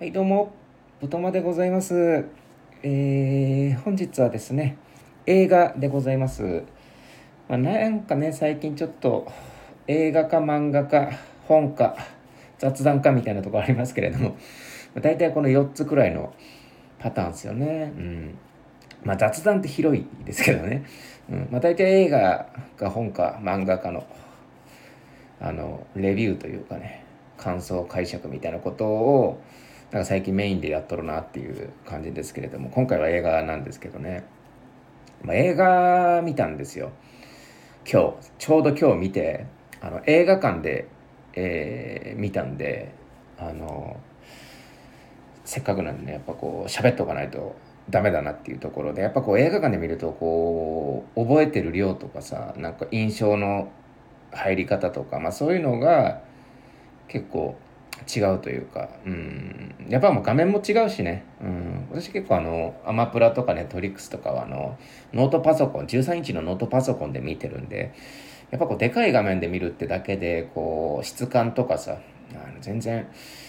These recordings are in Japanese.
はい、どうも、ぶとまでございます。本日はですね、映画でございます。なんかね、最近ちょっと映画か漫画か本か雑談かみたいなところありますけれども、大体この4つくらいのパターンですよね。雑談って広いですけどね。大体映画か本か漫画かのレビューというかね、感想解釈みたいなことをなんか最近メインでやっとるなっていう感じですけれども、今回は映画なんですけどね、映画見たんですよ。ちょうど今日見て、映画館で、見たんで、あのせっかくなんでね、やっぱこう喋っとかないとダメだなっていうところで、やっぱこう映画館で見るとこう覚えてる量とかさ、なんか印象の入り方とか、そういうのが結構違うというか、やっぱもう画面も違うしね、私結構アマプラとかネットフリックスとかはノートパソコン13インチのノートパソコンで見てるんで、やっぱこうでかい画面で見るってだけでこう質感とかさ、全然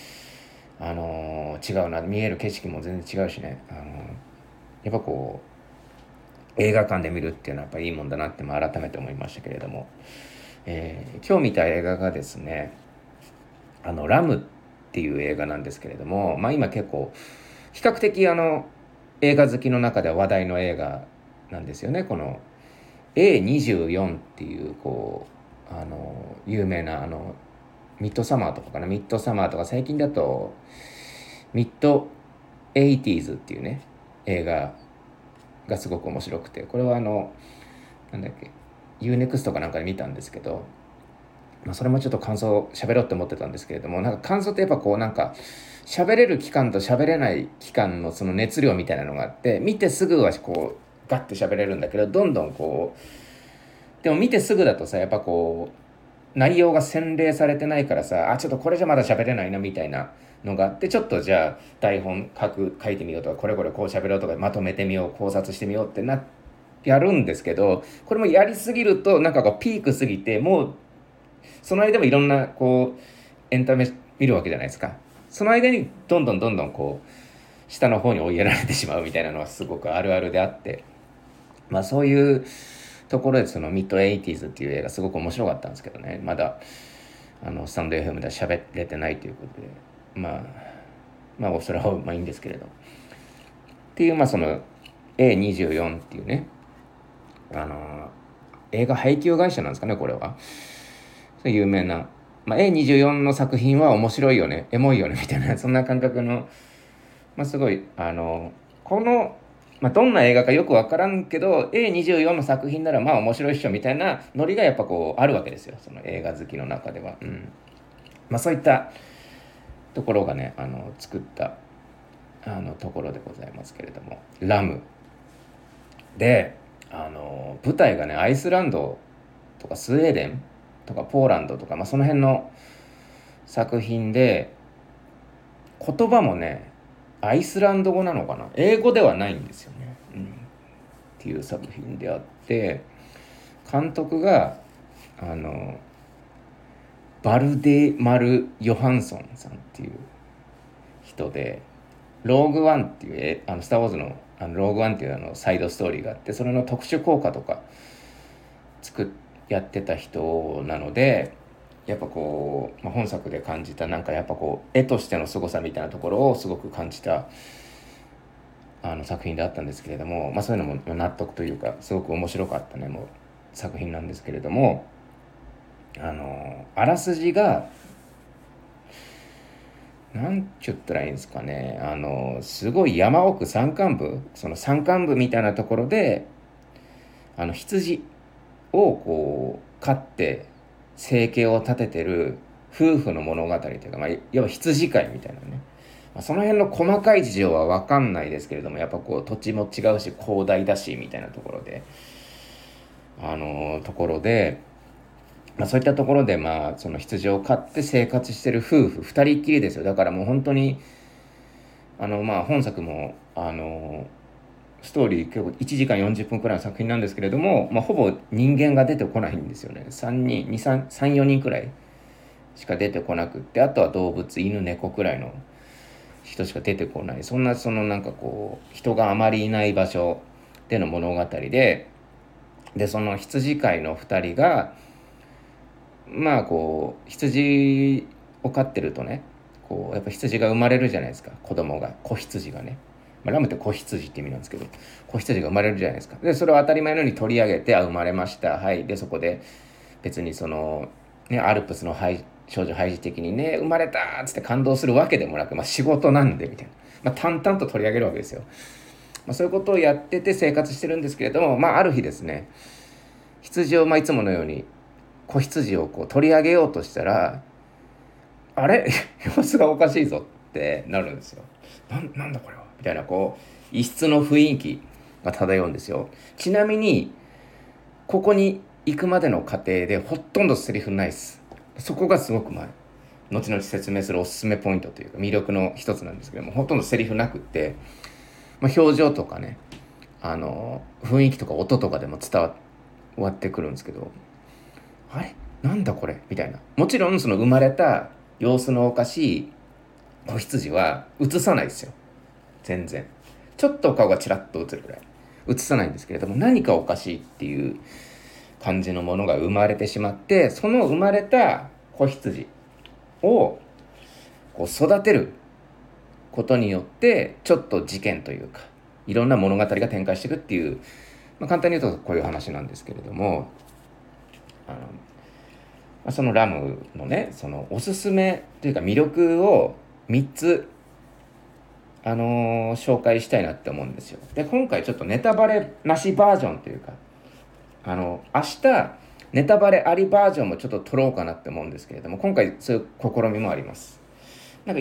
違うな、見える景色も全然違うしね、やっぱこう映画館で見るっていうのはやっぱいいもんだなって改めて思いましたけれども、今日見た映画がですね、ラムっていう映画なんですけれども、今結構比較的映画好きの中では話題の映画なんですよね。この A24 っていう有名なミッドサマーとかかな、ミッドサマーとか、最近だとミッドエイティーズっていうね映画がすごく面白くて、これはなんだっけ、 UNEXT かなんかで見たんですけど、それもちょっと感想喋ろうって思ってたんですけれども、なんか感想ってやっぱこうなんか喋れる期間と喋れない期間のその熱量みたいなのがあって、見てすぐはこうガッて喋れるんだけど、どんどんこうでも見てすぐだとさ、やっぱこう内容が洗練されてないからさ、ちょっとこれじゃまだ喋れないなみたいなのがあって、ちょっとじゃあ台本書いてみようとか、これこれこう喋ろうとか、まとめてみよう、考察してみようってやるんですけど、これもやりすぎるとなんかこうピークすぎて、もうその間もいろんなこうエンタメ見るわけじゃないですか。その間にどんどんこう下の方に追いやられてしまうみたいなのはすごくあるあるであって、そういうところでそのミッドエイティーズっていう映画すごく面白かったんですけどね、まだスタンド FM では喋れてないということで、それはいいんですけれどっていう、その A24 っていうね、あの映画配給会社なんですかね、これは。有名な、A24 の作品は面白いよね、エモいよねみたいな、そんな感覚の、すごいこの、どんな映画かよく分からんけど A24 の作品なら面白いっしょみたいなノリがやっぱこうあるわけですよ、その映画好きの中では。そういったところがね、作ったところでございますけれども、ラムで、舞台がねアイスランドとかスウェーデンとかポーランドとか、その辺の作品で、言葉もねアイスランド語なのかな、英語ではないんですよね、っていう作品であって、監督がバルデマル・ヨハンソンさんっていう人で、ローグワンっていうスター・ウォーズのローグワンっていうサイドストーリーがあって、それの特殊効果とかやってた人なので、やっぱこう、本作で感じたなんかやっぱこう絵としての凄さみたいなところをすごく感じた作品であったんですけれども、そういうのも納得というかすごく面白かったね、もう作品なんですけれども、あらすじがなんちゅったらいいんですかね、すごい山奥山間部、その山間部みたいなところで羊をこう飼って生計を立ててる夫婦の物語というか、いわば羊飼いみたいなね、その辺の細かい事情は分かんないですけれども、やっぱこう土地も違うし広大だしみたいなところでそういったところでその羊を飼って生活してる夫婦二人っきりですよ。だからもう本当に本作もストーリー結構1時間40分くらいの作品なんですけれども、ほぼ人間が出てこないんですよね。3人くらいしか出てこなくって、あとは動物、犬猫くらいの人しか出てこない、そんななんかこう人があまりいない場所での物語でその羊飼いの2人がまあこう羊を飼ってるとね、こうやっぱ羊が生まれるじゃないですか、子供が、子羊がね、ラムって子羊って意味なんですけど、子羊が生まれるじゃないですか。でそれを当たり前のように取り上げて、生まれました、はい。でそこで別にアルプスの少女ハイジ的にね、生まれたっつって感動するわけでもなく、仕事なんでみたいな、淡々と取り上げるわけですよ。そういうことをやってて生活してるんですけれども、ある日ですね、羊をいつものように子羊をこう取り上げようとしたら、あれ様子がおかしいぞってなるんですよ。なんだこれはみたいな、こう異質の雰囲気が漂うんですよ。ちなみにここに行くまでの過程でほとんどセリフないです。そこがすごく後々説明するおすすめポイントというか魅力の一つなんですけども、ほとんどセリフなくって、表情とかね、雰囲気とか音とかでも伝わってくるんですけど、あれなんだこれみたいな。もちろんその生まれた様子のおかしい子羊は映さないですよ、全然。ちょっと顔がチラッと映るぐらい映さないんですけれども、何かおかしいっていう感じのものが生まれてしまって、その生まれた子羊をこう育てることによってちょっと事件というかいろんな物語が展開していくっていう、簡単に言うとこういう話なんですけれども、あそのラムのね、そのおすすめというか魅力を3つ紹介したいなって思うんですよ。で今回ちょっとネタバレなしバージョンというか、明日ネタバレありバージョンもちょっと撮ろうかなって思うんですけれども、今回そういう試みもあります。なんか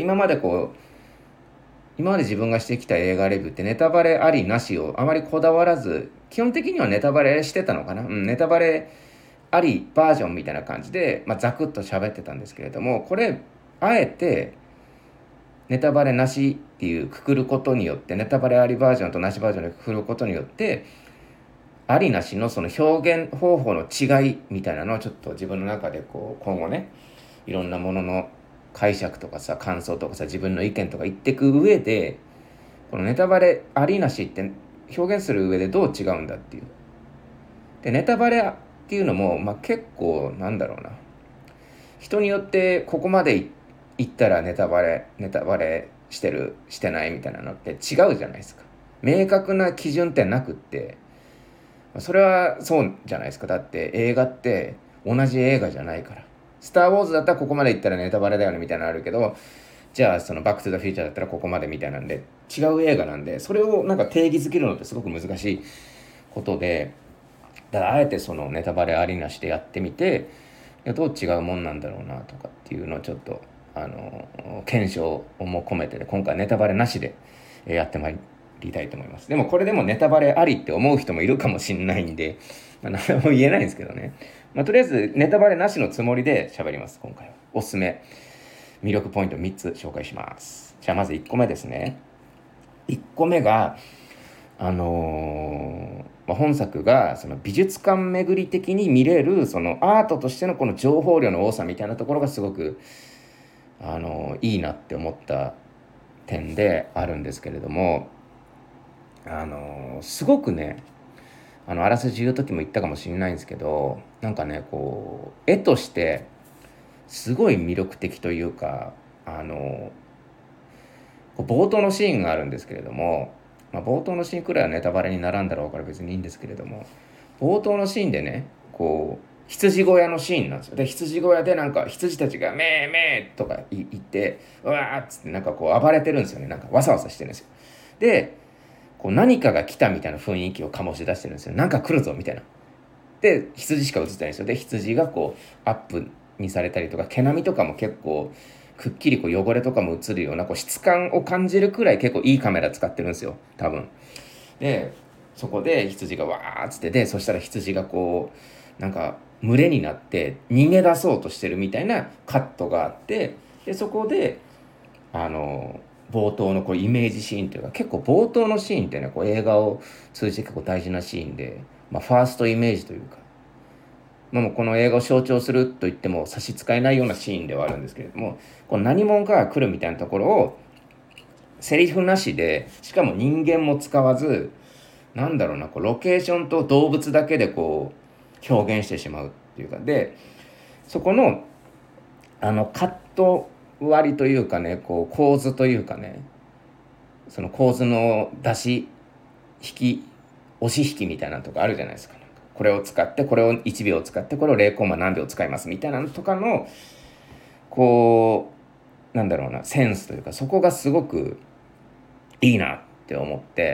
今まで自分がしてきた映画レビューってネタバレありなしをあまりこだわらず、基本的にはネタバレしてたのかな、ネタバレありバージョンみたいな感じで、ザクッと喋ってたんですけれども、これあえてネタバレなしっていうくくることによって、ネタバレありバージョンとなしバージョンでくくることによって、ありなしのその表現方法の違いみたいなのをちょっと自分の中でこう今後ね、いろんなものの解釈とかさ、感想とかさ、自分の意見とか言っていく上で、このネタバレありなしって表現する上でどう違うんだっていう。でネタバレっていうのも、結構なんだろうな、人によってここまで言ったらネタバレしてるしてないみたいなのって違うじゃないですか。明確な基準ってなくって、それはそうじゃないですか。だって映画って同じ映画じゃないから。スター・ウォーズだったらここまで言ったらネタバレだよねみたいなのあるけど、じゃあそのバック・トゥ・ザ・フューチャーだったらここまでみたいなんで、違う映画なんで、それをなんか定義づけるのってすごく難しいことで、だからあえてそのネタバレありなしでやってみて、どう違うもんなんだろうなとかっていうのをちょっと検証も込めて、今回ネタバレなしでやってまいりたいと思います。でもこれでもネタバレありって思う人もいるかもしれないんで、何も言えないんですけどね。とりあえずネタバレなしのつもりで喋ります。今回はおすすめ魅力ポイント3つ紹介します。じゃあまず1個目ですね。1個目が本作がその美術館巡り的に見れるそのアートとしてのこの情報量の多さみたいなところがすごくいいなって思った点であるんですけれども、すごくね、あらすじ言う時も言ったかもしれないんですけど、なんかねこう絵としてすごい魅力的というか、冒頭のシーンがあるんですけれども、冒頭のシーンくらいはネタバレにならんだろうから別にいいんですけれども、冒頭のシーンでね、こう羊小屋のシーンなんですよ。で羊小屋でなんか羊たちがめーめーとか言ってうわーっつってなんかこう暴れてるんですよね。なんかわさわさしてるんですよ。でこう何かが来たみたいな雰囲気を醸し出してるんですよ。なんか来るぞみたいな。で羊しか映ってないんですよ。で羊がこうアップにされたりとか、毛並みとかも結構くっきりこう汚れとかも映るようなこう質感を感じるくらい結構いいカメラ使ってるんですよ多分。でそこで羊がわーっつって、でそしたら羊がこうなんか群れになって逃げ出そうとしてるみたいなカットがあって、でそこで冒頭のこうイメージシーンというか、結構冒頭のシーンってねこう映画を通じて結構大事なシーンで、ファーストイメージというか、もうこの映画を象徴すると言っても差し支えないようなシーンではあるんですけれども、こう何者かが来るみたいなところをセリフなしで、しかも人間も使わず、なんだろうな、こうロケーションと動物だけでこう表現してしまうっていうか、でそこのカット割りというかね、こう構図というかね、その構図の出し引き押し引きみたいなのとかあるじゃないですか。これを使って、これを1秒使って、これを0コンマ何秒使いますみたいなのとかのこうなんだろうな、センスというか、そこがすごくいいなって思って、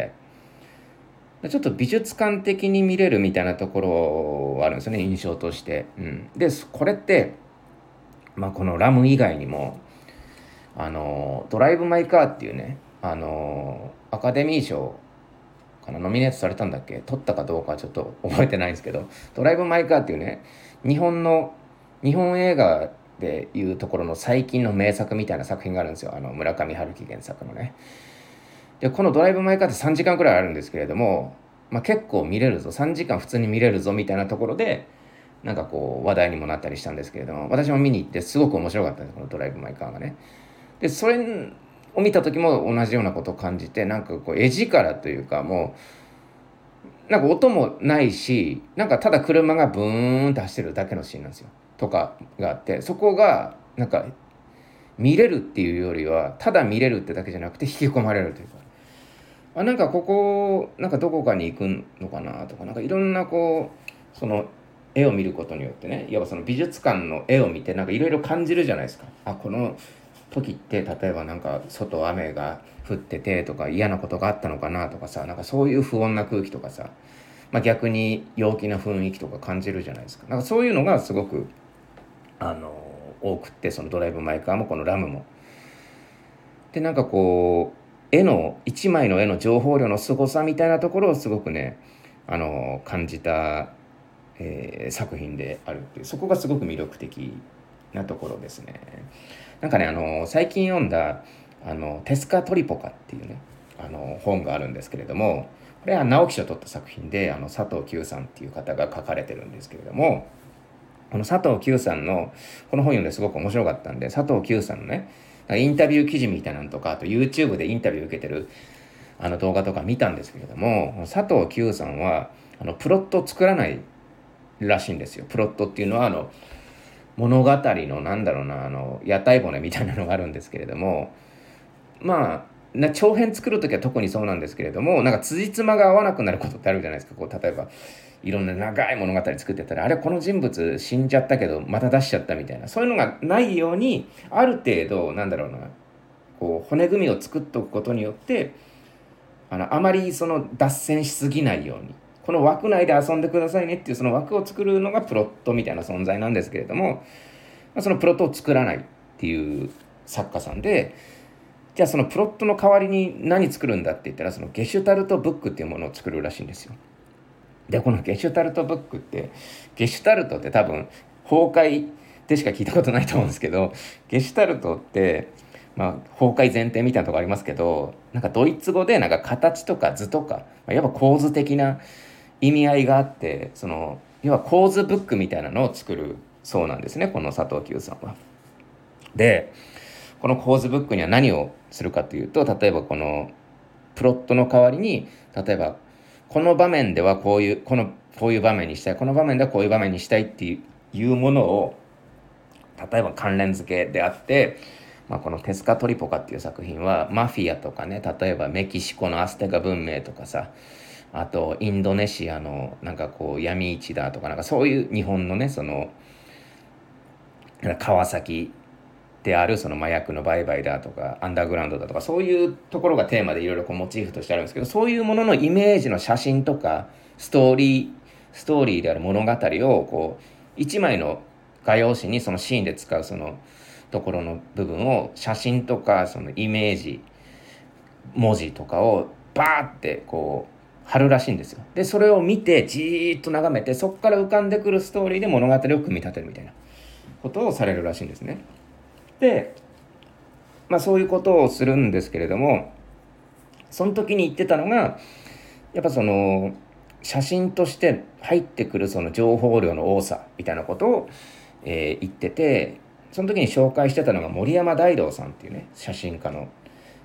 ちょっと美術館的に見れるみたいなところはあるんですよね、印象として。でこれって、このラム以外にもドライブ・マイ・カーっていうね、アカデミー賞かな、ノミネートされたんだっけ、取ったかどうかはちょっと覚えてないんですけど、ドライブ・マイ・カーっていうね、日本映画でいうところの最近の名作みたいな作品があるんですよ。村上春樹原作のね。でこのドライブ・マイ・カーって3時間くらいあるんですけれども、結構見れるぞ、3時間普通に見れるぞみたいなところで、なんかこう話題にもなったりしたんですけれども、私も見に行ってすごく面白かったんです、このドライブ・マイ・カーがね。でそれを見た時も同じようなことを感じて、なんかこう絵力というか、もうなんか音もないし、なんかただ車がブーンって走ってるだけのシーンなんですよとかがあって、そこがなんか見れるっていうよりは、ただ見れるってだけじゃなくて引き込まれるというか、なんかここなんかどこかに行くのかなとか、なんかいろんなこうその絵を見ることによってね、いわばその美術館の絵を見てなんかいろいろ感じるじゃないですか。この時って例えばなんか外雨が降っててとか、嫌なことがあったのかなとかさ、なんかそういう不穏な空気とかさ、逆に陽気な雰囲気とか感じるじゃないですか。なんかそういうのがすごく多くって、そのドライブ・マイ・カーもこのラムも。でなんかこう一枚の絵の情報量の凄さみたいなところをすごくね感じた、作品であるっていう、そこがすごく魅力的なところですね。なんかね最近読んだテスカトリポカっていうね本があるんですけれども、これは直木賞を取った作品で佐藤久さんっていう方が書かれてるんですけれども、この佐藤久さんのこの本読んですごく面白かったんで、佐藤久さんのねインタビュー記事みたいなのとか、あと YouTube でインタビュー受けてる動画とか見たんですけれども、佐藤久さんはプロットを作らないらしいんですよ。プロットっていうのは物語のなんだろうな屋台骨みたいなのがあるんですけれども、長編作るときは特にそうなんですけれども、なんか辻褄が合わなくなることってあるじゃないですか。こう例えばいろんな長い物語作ってたら、あれこの人物死んじゃったけどまた出しちゃったみたいな、そういうのがないように、ある程度なんだろうな、こう骨組みを作っておくことによって、あまりその脱線しすぎないように、この枠内で遊んでくださいねっていうその枠を作るのがプロットみたいな存在なんですけれども、そのプロットを作らないっていう作家さんで、じゃあそのプロットの代わりに何作るんだって言ったら、そのゲシュタルトブックっていうものを作るらしいんですよ。でこのゲシュタルトブックって、ゲシュタルトって多分崩壊でしか聞いたことないと思うんですけど、ゲシュタルトって崩壊前提みたいなところありますけど、なんかドイツ語でなんか形とか図とか、やっぱ構図的な意味合いがあって、その要は構図ブックみたいなのを作るそうなんですね、この佐藤久さんは。でこの構図ブックには何をするかというと、例えばこのプロットの代わりに、例えばこの場面ではこういう場面にしたい、この場面ではこういう場面にしたいっていうものを、例えば関連付けであって、このテスカトリポカっていう作品はマフィアとかね、例えばメキシコのアステカ文明とかさ、あとインドネシアのなんかこう闇市だとか、なんかそういう日本のね、その川崎であるその麻薬の売買だとかアンダーグラウンドだとか、そういうところがテーマでいろいろこうモチーフとしてあるんですけど、そういうもののイメージの写真とかストーリーである物語をこう一枚の画用紙にそのシーンで使うそのところの部分を写真とかそのイメージ文字とかをバーってこう貼るらしいんですよ。でそれを見てじーっと眺めて、そこから浮かんでくるストーリーで物語を組み立てるみたいなことをされるらしいんですね。でそういうことをするんですけれども、その時に言ってたのが、やっぱその写真として入ってくるその情報量の多さみたいなことを、言ってて、その時に紹介してたのが森山大道さんっていうね写真家の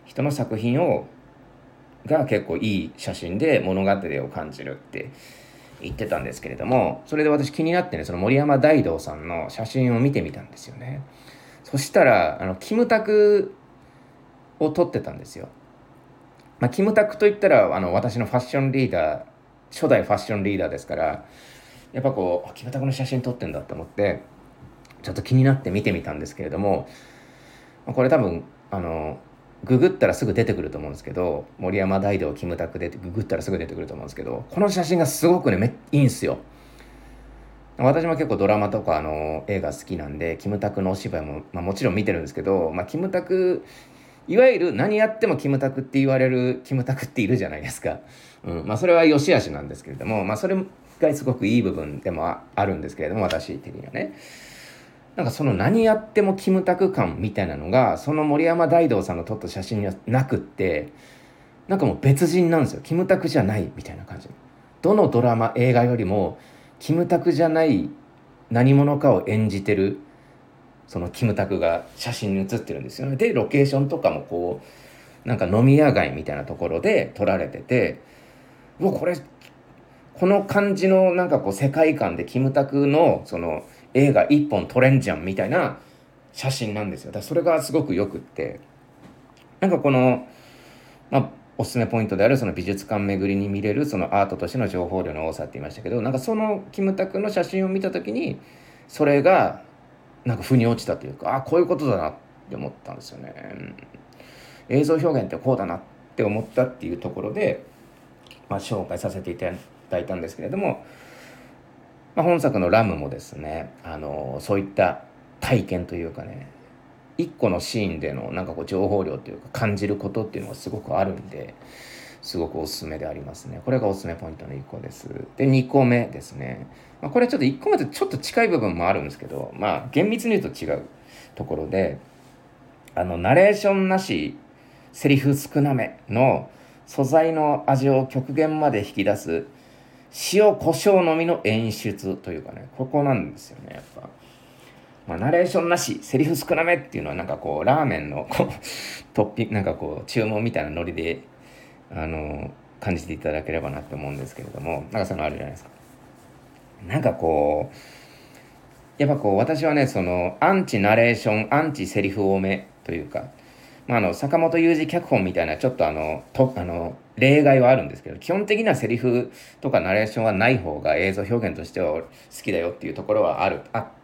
人の作品が結構いい写真で物語を感じるって言ってたんですけれども、それで私気になってね、その森山大道さんの写真を見てみたんですよね。そしたらキムタクを撮ってたんですよ。キムタクといったら私のファッションリーダー、初代ファッションリーダーですから、やっぱこうキムタクの写真撮ってんだと思ってちょっと気になって見てみたんですけれども、これ多分ググったらすぐ出てくると思うんですけど、森山大道キムタクでググったらすぐ出てくると思うんですけど、この写真がすごくねいいんですよ。私も結構ドラマとか映画好きなんで、キムタクのお芝居も、もちろん見てるんですけど、キムタク、いわゆる何やってもキムタクって言われるキムタクっているじゃないですか。それは良し悪しなんですけれども、それがすごくいい部分でもあるんですけれども、私的にはね。なんかその何やってもキムタク感みたいなのが、その森山大道さんの撮った写真にはなくって、なんかもう別人なんですよ。キムタクじゃないみたいな感じ。どのドラマ、映画よりも、キムタクじゃない何者かを演じてる、そのキムタクが写真に写ってるんですよね。で、ロケーションとかもこう、なんか飲み屋街みたいなところで撮られてて、もうこの感じのなんかこう世界観でキムタクのその映画一本撮れんじゃんみたいな写真なんですよ。だからそれがすごくよくって、なんかこの、おすすめポイントであるその美術館巡りに見れるそのアートとしての情報量の多さって言いましたけど、なんかそのキムタクの写真を見た時にそれがなんか腑に落ちたというか、こういうことだなって思ったんですよね。映像表現ってこうだなって思ったっていうところで、紹介させていただいたんですけれども、本作のラムもですね、そういった体験というかね、一個のシーンでのなんかこう情報量というか感じることっていうのがすごくあるんで、すごくおすすめでありますね。これがおすすめポイントの1個です。で、2個目ですね。これはちょっと1個目とちょっと近い部分もあるんですけど、厳密に言うと違うところで、ナレーションなし、セリフ少なめの素材の味を極限まで引き出す塩コショウのみの演出というかね、ここなんですよね、やっぱ。ナレーションなし、セリフ少なめっていうのはなんかこう、ラーメンのこう、なんかこう、注文みたいなノリで、感じていただければなって思うんですけれども、なんかそういうのあるじゃないですか。なんかこう、やっぱこう、私はね、その、アンチナレーション、アンチセリフ多めというか、坂本雄二脚本みたいな、ちょっと例外はあるんですけど、基本的にはセリフとかナレーションはない方が映像表現としては好きだよっていうところはあって、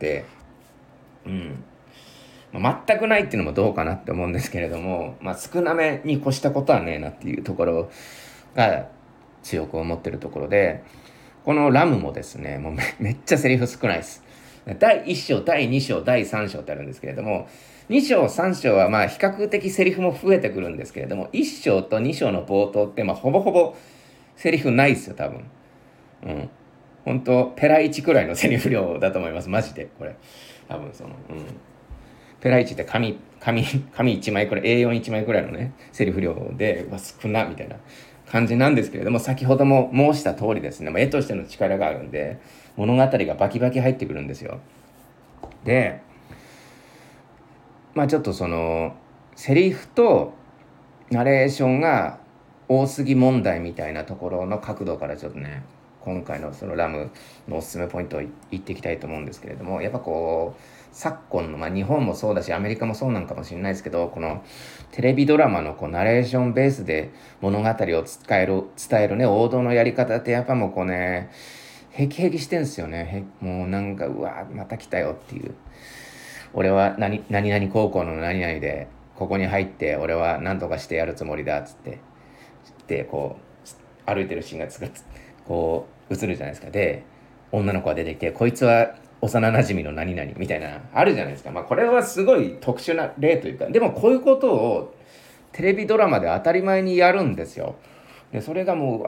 全くないっていうのもどうかなって思うんですけれども、少なめに越したことはねえなっていうところが強く思ってるところで、このラムもですね、もうめっちゃセリフ少ないです。第1章、第2章、第3章ってあるんですけれども、2章、3章は比較的セリフも増えてくるんですけれども、1章と2章の冒頭ってほぼほぼセリフないですよ、多分。本当ペラ1くらいのセリフ量だと思います、マジで、これ。多分ペラ1って紙1枚くらい、A41 枚くらいのね、セリフ量で、少な、みたいな感じなんですけれども、先ほども申した通りですね、絵としての力があるんで、物語がバキバキ入ってくるんですよ。で、ちょっとその、セリフとナレーションが多すぎ問題みたいなところの角度からちょっとね、今回のそのラムのおすすめポイントを言っていきたいと思うんですけれども、やっぱこう、昨今の、日本もそうだしアメリカもそうなんかもしれないですけど、このテレビドラマのこうナレーションベースで物語を伝えるね、王道のやり方ってやっぱもうこうね、ヘキヘキしてんすよね。もうなんか、うわまた来たよっていう。俺は何々高校の何々でここに入って俺は何とかしてやるつもりだっつってでこう歩いてるシーンがこう映るじゃないですか。で女の子が出てきて、こいつは幼馴染の何々みたいなあるじゃないですか。これはすごい特殊な例というか、でもこういうことをテレビドラマで当たり前にやるんですよ。でそれがもう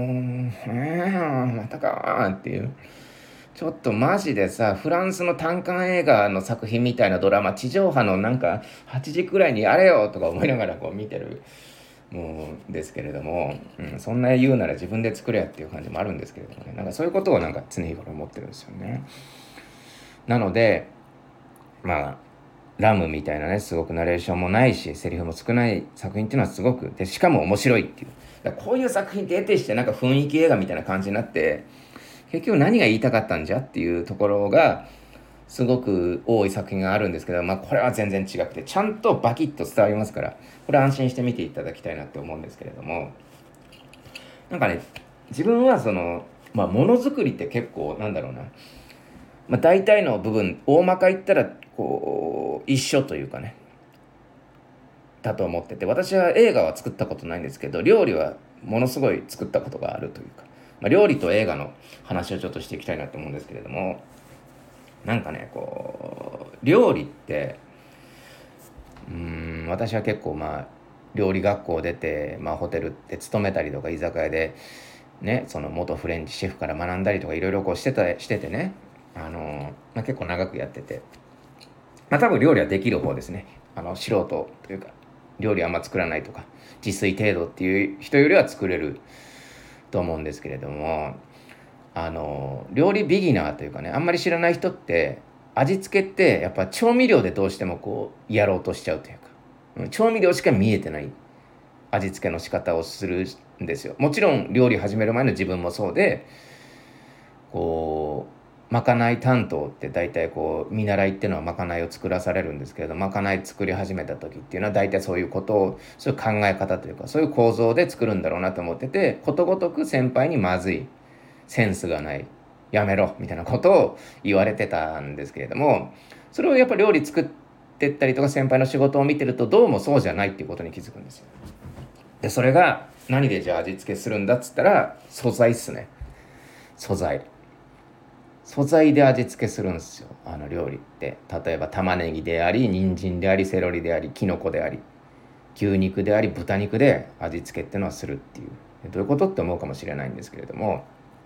またかーっていう、ちょっとマジでさ、フランスの単館映画の作品みたいなドラマ、地上波のなんか8時くらいにやれよとか思いながらこう見てるもうですけれども、そんな言うなら自分で作れやっていう感じもあるんですけれどもね、なんかそういうことをなんか常日頃思ってるんですよね。なのでラムみたいなね、すごくナレーションもないしセリフも少ない作品っていうのはすごくで、しかも面白いっていう、だからこういう作品って得てしてなんか雰囲気映画みたいな感じになって、結局何が言いたかったんじゃっていうところがすごく多い作品があるんですけど、これは全然違くて、ちゃんとバキッと伝わりますから、これ安心して見ていただきたいなって思うんですけれども、なんかね、自分はその、ものづくりって結構なんだろうな、大体の部分大まか言ったらこう一緒というかね、だと思ってて、私は映画は作ったことないんですけど、料理はものすごい作ったことがあるというか、料理と映画の話をちょっとしていきたいなと思うんですけれども、なんかね、こう料理って私は結構料理学校出て、ホテルで勤めたりとか居酒屋でね、その元フレンチシェフから学んだりとかいろいろこうしててね、結構長くやってて、多分料理はできる方ですね。素人というか、料理あんま作らないとか自炊程度っていう人よりは作れると思うんですけれども、料理ビギナーというかね、あんまり知らない人って味付けってやっぱ調味料でどうしてもこうやろうとしちゃうというか、調味料しか見えてない味付けの仕方をするんですよ。もちろん料理始める前の自分もそうで、こうまかない担当って大体こう見習いっていうのはまかないを作らされるんですけれど、まかない作り始めた時っていうのは大体そういうことを、そういう考え方というかそういう構造で作るんだろうなと思ってて、ことごとく先輩にまずい、センスがない、やめろみたいなことを言われてたんですけれども、それをやっぱ料理作ってったりとか先輩の仕事を見てるとどうもそうじゃないっていうことに気づくんですよ。でそれが何でじゃあ味付けするんだっつったら、素材っすね。素材で味付けするんですよ、料理って。例えば玉ねぎであり、人参であり、セロリであり、キノコであり、牛肉であり、豚肉で味付けっていうのはするっていう、どういうことって思うかもしれないんですけれども、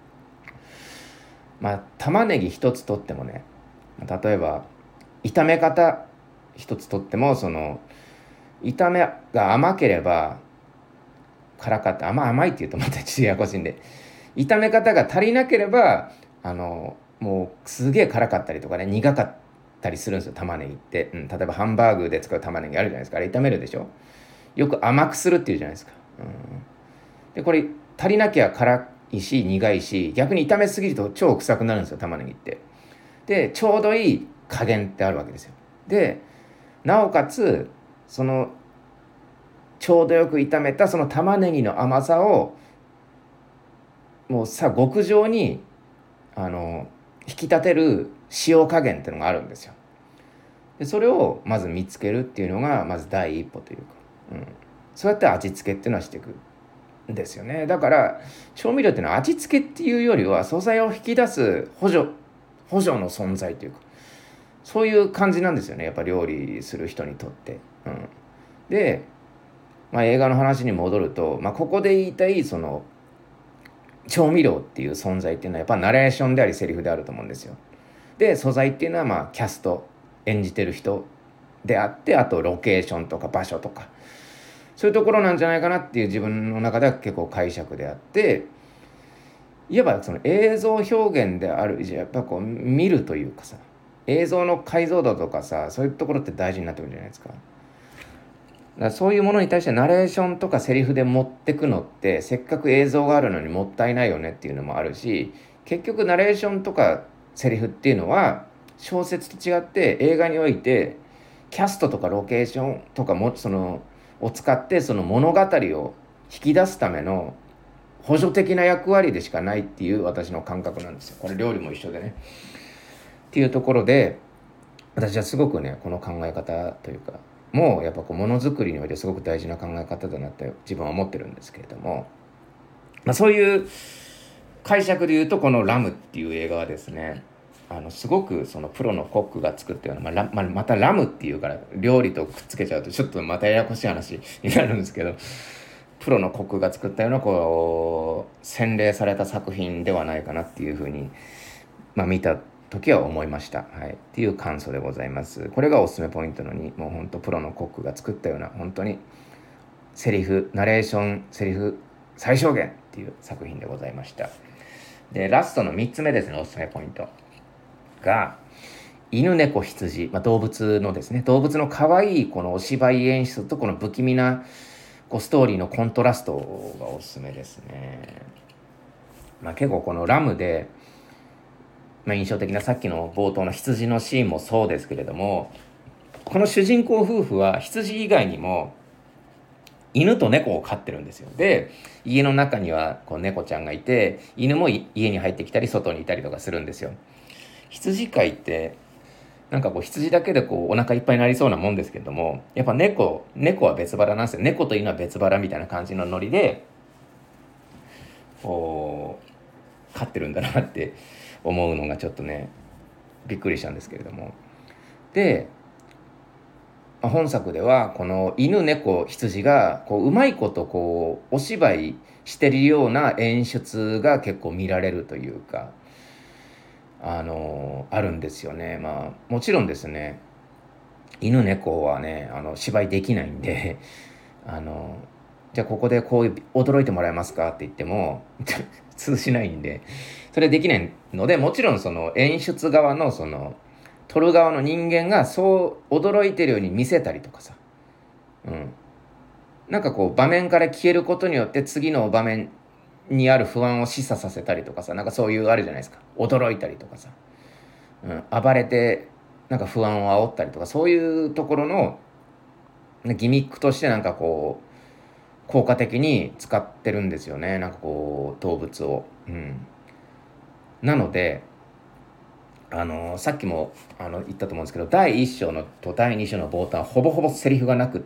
玉ねぎ一つとってもね、例えば炒め方一つとっても、その炒めが甘ければ辛かった、甘いって言うとまたちょっとややこしいんで、炒め方が足りなければもうすげえ辛かったりとかね、苦かったりするんですよ、玉ねぎって。例えばハンバーグで使う玉ねぎあるじゃないですか。あれ炒めるでしょ。よく甘くするっていうじゃないですか。でこれ足りなきゃ辛いし苦いし、逆に炒めすぎると超臭くなるんですよ、玉ねぎって。でちょうどいい加減ってあるわけですよ。でなおかつそのちょうどよく炒めたその玉ねぎの甘さをもうさ極上に引き立てる塩加減っていうのがあるんですよ。でそれをまず見つけるっていうのがまず第一歩というか、そうやって味付けっていうのはしていくんですよね。だから調味料っていうのは味付けっていうよりは素材を引き出す補助の存在というか、そういう感じなんですよね、やっぱ料理する人にとって。で、映画の話に戻ると、ここで言いたいその調味料っていう存在っていうのはやっぱナレーションでありセリフであると思うんですよ。で素材っていうのはキャスト、演じてる人であって、あとロケーションとか場所とか、そういうところなんじゃないかなっていう自分の中では結構解釈であって、いわばその映像表現である以上、やっぱこう見るというかさ、映像の解像度とかさ、そういうところって大事になってくるじゃないですか。だからそういうものに対してナレーションとかセリフで持ってくのって、せっかく映像があるのにもったいないよねっていうのもあるし、結局ナレーションとかセリフっていうのは小説と違って映画においてキャストとかロケーションとかもそのを使ってその物語を引き出すための補助的な役割でしかないっていう私の感覚なんですよ。これ料理も一緒でね。っていうところで、私はすごくねこの考え方というかもうやっぱこうものづくりにおいてすごく大事な考え方だなって自分は思ってるんですけれども、そういう解釈で言うとこのラムっていう映画はですね、すごくそのプロのコックが作ったような、またラムっていうから料理とくっつけちゃうとちょっとまたややこしい話になるんですけど、プロのコックが作ったようなこう洗練された作品ではないかなっていうふうに、見た時は思いました、っていう感想でございます。これがおすすめポイントの2、もう本当プロのコックが作ったような本当にセリフナレーションセリフ最小限っていう作品でございました。でラストの3つ目ですね、おすすめポイントが、 犬猫羊、動物のですね、動物の可愛いこのお芝居演出とこの不気味なこうストーリーのコントラストがおすすめですね。結構このラムで、印象的なさっきの冒頭の羊のシーンもそうですけれども、この主人公夫婦は羊以外にも犬と猫を飼ってるんですよ。で、家の中にはこう猫ちゃんがいて、犬も家に入ってきたり外にいたりとかするんですよ。羊飼いってなんかこう羊だけでこうお腹いっぱいになりそうなもんですけれども、やっぱ猫は別腹なんですよ。猫と犬は別腹みたいな感じのノリでこう飼ってるんだなって思うのがちょっとねびっくりしたんですけれども、で本作ではこの犬猫羊がこううまいことこうお芝居してるような演出が結構見られるというか、あるんですよね。もちろんですね、犬猫はね芝居できないんでじゃあここでこういう驚いてもらえますかって言っても通しないんで、それできないので、もちろんその演出側のその撮る側の人間がそう驚いてるように見せたりとかさ、なんかこう場面から消えることによって次の場面にある不安を示唆させたりとかさ、なんかそういうあるじゃないですか、驚いたりとかさ、暴れてなんか不安を煽ったりとか、そういうところのギミックとしてなんかこう効果的に使ってるんですよね、なんかこう動物を。なのでさっきも言ったと思うんですけど、第1章のと第2章の冒頭はほぼほぼセリフがなくって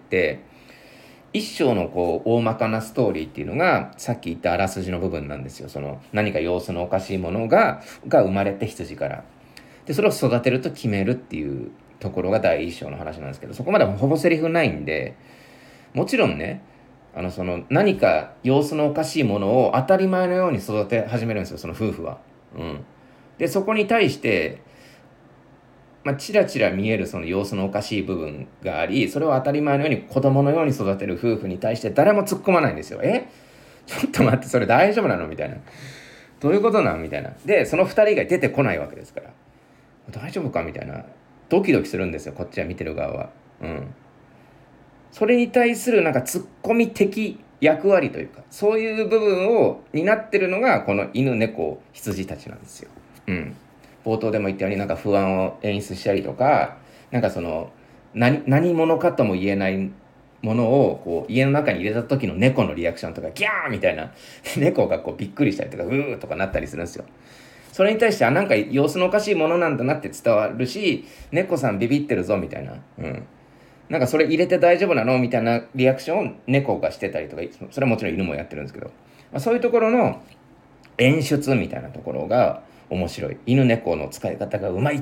、1章のこう大まかなストーリーっていうのがさっき言ったあらすじの部分なんですよ。その何か様子のおかしいものが生まれて羊からで、それを育てると決めるっていうところが第1章の話なんですけど、そこまでほぼセリフないんで、もちろんねその何か様子のおかしいものを当たり前のように育て始めるんですよ、その夫婦は。でそこに対してチラチラ見えるその様子のおかしい部分があり、それを当たり前のように子供のように育てる夫婦に対して誰も突っ込まないんですよ。ちょっと待って、それ大丈夫なのみたいな。どういうことなのみたいな。でその2人以外出てこないわけですから、大丈夫かみたいな、ドキドキするんですよ、こっちは見てる側は。それに対するなんかツッコミ的役割というか、そういう部分を担ってるのがこの犬猫羊たちなんですよ。冒頭でも言ったようになんか不安を演出したりとか、なんかその何者かとも言えないものをこう家の中に入れた時の猫のリアクションとかギャーみたいな猫がこうびっくりしたりとかうーとかなったりするんですよ。それに対してなんか様子のおかしいものなんだなって伝わるし、猫さんビビってるぞみたいな、なんかそれ入れて大丈夫なのみたいなリアクションを猫がしてたりとか、それはもちろん犬もやってるんですけど、そういうところの演出みたいなところが面白い。犬猫の使い方がうまいって、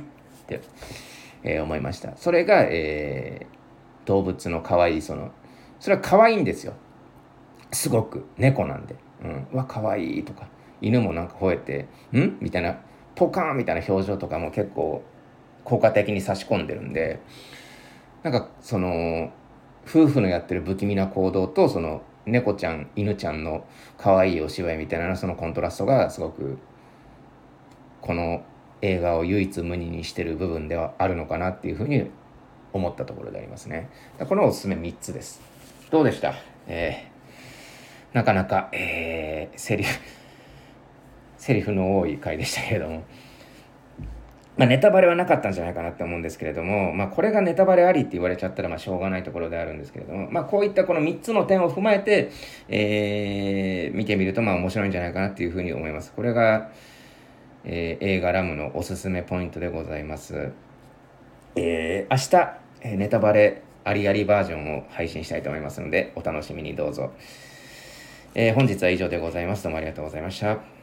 思いました。それが、動物の可愛いそれは可愛いんですよ。すごく猫なんで、わ可愛いとか、犬もなんか吠えてみたいなポカーンみたいな表情とかも結構効果的に差し込んでるんで、なんかその夫婦のやってる不気味な行動とその猫ちゃん犬ちゃんの可愛いお芝居みたいなそのコントラストがすごくこの映画を唯一無二にしてる部分ではあるのかなっていうふうに思ったところでありますね。このおすすめ3つです。どうでした？なかなか、セリフの多い回でしたけれども、ネタバレはなかったんじゃないかなって思うんですけれども、これがネタバレありって言われちゃったらしょうがないところであるんですけれども、こういったこの3つの点を踏まえて、見てみると面白いんじゃないかなっていうふうに思います。これが、映画ラムのおすすめポイントでございます。明日、ネタバレありありバージョンを配信したいと思いますのでお楽しみにどうぞ。本日は以上でございます。どうもありがとうございました。